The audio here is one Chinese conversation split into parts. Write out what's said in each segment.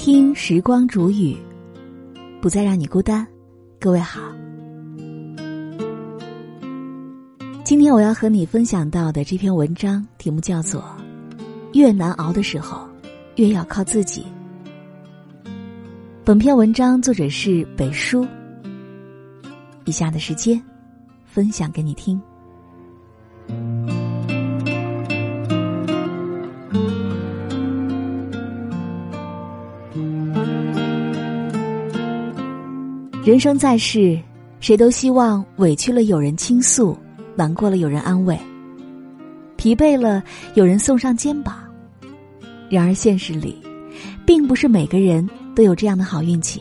听时光煮雨，不再让你孤单。各位好，今天我要和你分享到的这篇文章题目叫做越难熬的时候越要靠自己。本篇文章作者是北叔，以下的时间分享给你听。人生在世，谁都希望委屈了有人倾诉，难过了有人安慰，疲惫了有人送上肩膀。然而现实里，并不是每个人都有这样的好运气。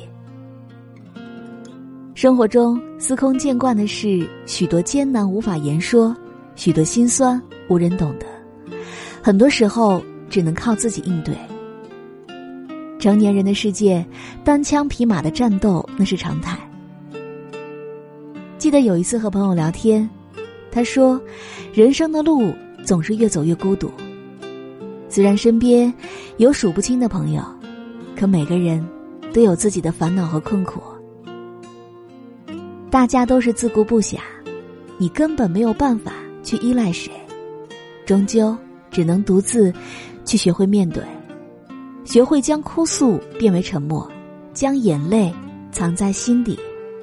生活中司空见惯的是许多艰难无法言说，许多心酸无人懂得，很多时候只能靠自己应对。成年人的世界，单枪匹马的战斗那是常态。记得有一次和朋友聊天，他说人生的路总是越走越孤独。虽然身边有数不清的朋友，可每个人都有自己的烦恼和困苦。大家都是自顾不暇，你根本没有办法去依赖谁，终究只能独自去学会面对，学会将哭诉变为沉默，将眼泪藏在心底。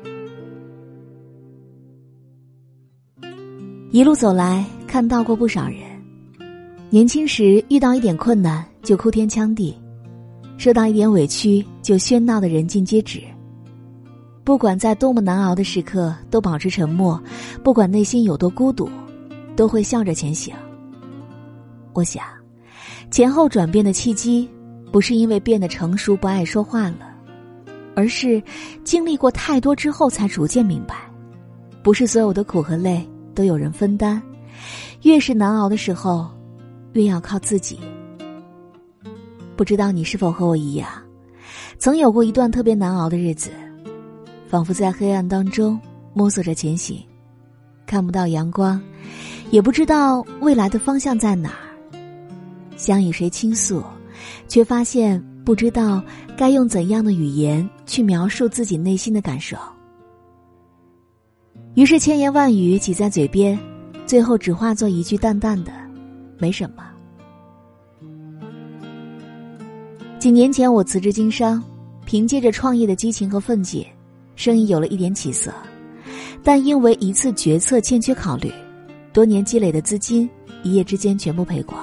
一路走来，看到过不少人，年轻时遇到一点困难就哭天抢地，受到一点委屈就喧闹的人尽皆知。不管在多么难熬的时刻都保持沉默，不管内心有多孤独，都会笑着前行。我想，前后转变的契机不是因为变得成熟不爱说话了，而是经历过太多之后才逐渐明白，不是所有的苦和累都有人分担，越是难熬的时候越要靠自己。不知道你是否和我一样，曾有过一段特别难熬的日子，仿佛在黑暗当中摸索着前行，看不到阳光，也不知道未来的方向在哪儿，想与谁倾诉，却发现不知道该用怎样的语言去描述自己内心的感受。于是千言万语挤在嘴边，最后只化作一句淡淡的没什么。几年前我辞职经商，凭借着创业的激情和奋进，生意有了一点起色，但因为一次决策欠缺考虑，多年积累的资金一夜之间全部赔光。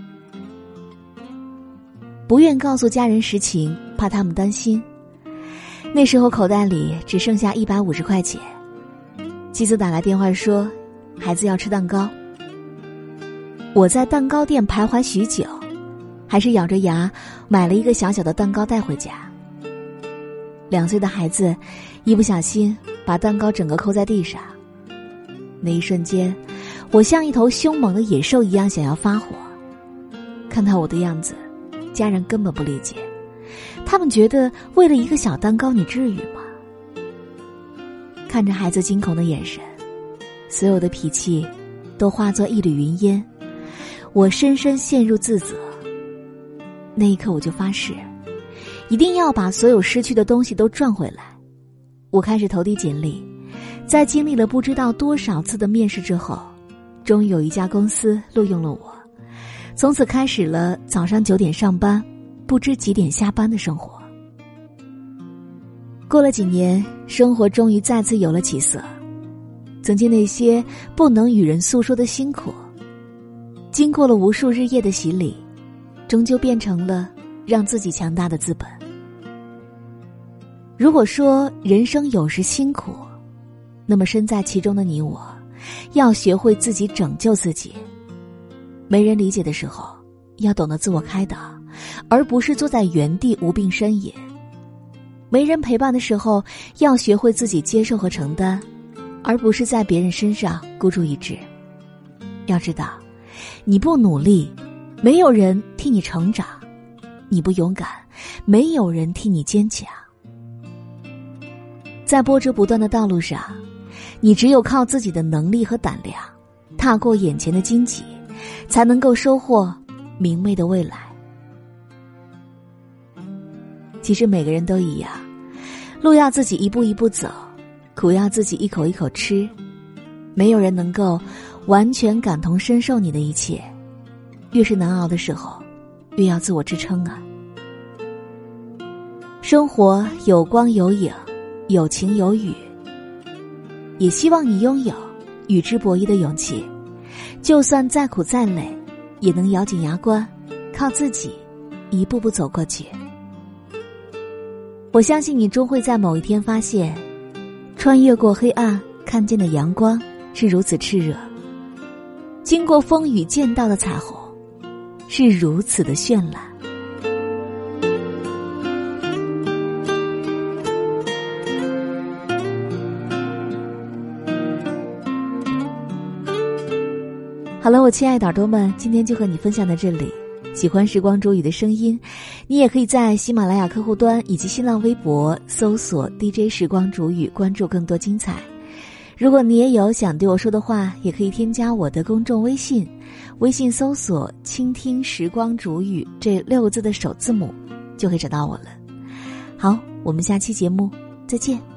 不愿告诉家人实情，怕他们担心。那时候口袋里只剩下150块钱，妻子打来电话说孩子要吃蛋糕。我在蛋糕店徘徊许久，还是咬着牙买了一个小小的蛋糕带回家。2岁的孩子一不小心把蛋糕整个扣在地上，那一瞬间我像一头凶猛的野兽一样想要发火。看到我的样子，家人根本不理解，他们觉得为了一个小蛋糕你至于吗？看着孩子惊恐的眼神，所有的脾气都化作一缕云烟，我深深陷入自责。那一刻我就发誓，一定要把所有失去的东西都赚回来。我开始投递简历，在经历了不知道多少次的面试之后，终于有一家公司录用了我。从此开始了早上9点上班，不知几点下班的生活。过了几年，生活终于再次有了起色。曾经那些不能与人诉说的辛苦，经过了无数日夜的洗礼，终究变成了让自己强大的资本。如果说人生有时辛苦，那么身在其中的你我，要学会自己拯救自己。没人理解的时候，要懂得自我开导，而不是坐在原地无病呻吟。没人陪伴的时候，要学会自己接受和承担，而不是在别人身上孤注一掷。要知道，你不努力，没有人替你成长；你不勇敢，没有人替你坚强。在波折不断的道路上，你只有靠自己的能力和胆量，踏过眼前的荆棘，才能够收获明媚的未来。 其实每个人都一样，路要自己一步一步走，苦要自己一口一口吃。没有人能够完全感同身受你的一切，越是难熬的时候，越要自我支撑啊。生活有光有影，有晴有雨，也希望你拥有与之博弈的勇气，就算再苦再累，也能咬紧牙关，靠自己一步步走过去。我相信你终会在某一天发现，穿越过黑暗看见的阳光是如此炽热，经过风雨见到的彩虹是如此的绚烂。好了，我亲爱的耳朵们，今天就和你分享到这里。喜欢时光煮雨的声音，你也可以在喜马拉雅客户端以及新浪微博搜索 DJ 时光煮雨，关注更多精彩。如果你也有想对我说的话，也可以添加我的公众微信，微信搜索倾听时光煮雨这6个字的首字母，就可以找到我了。好，我们下期节目再见。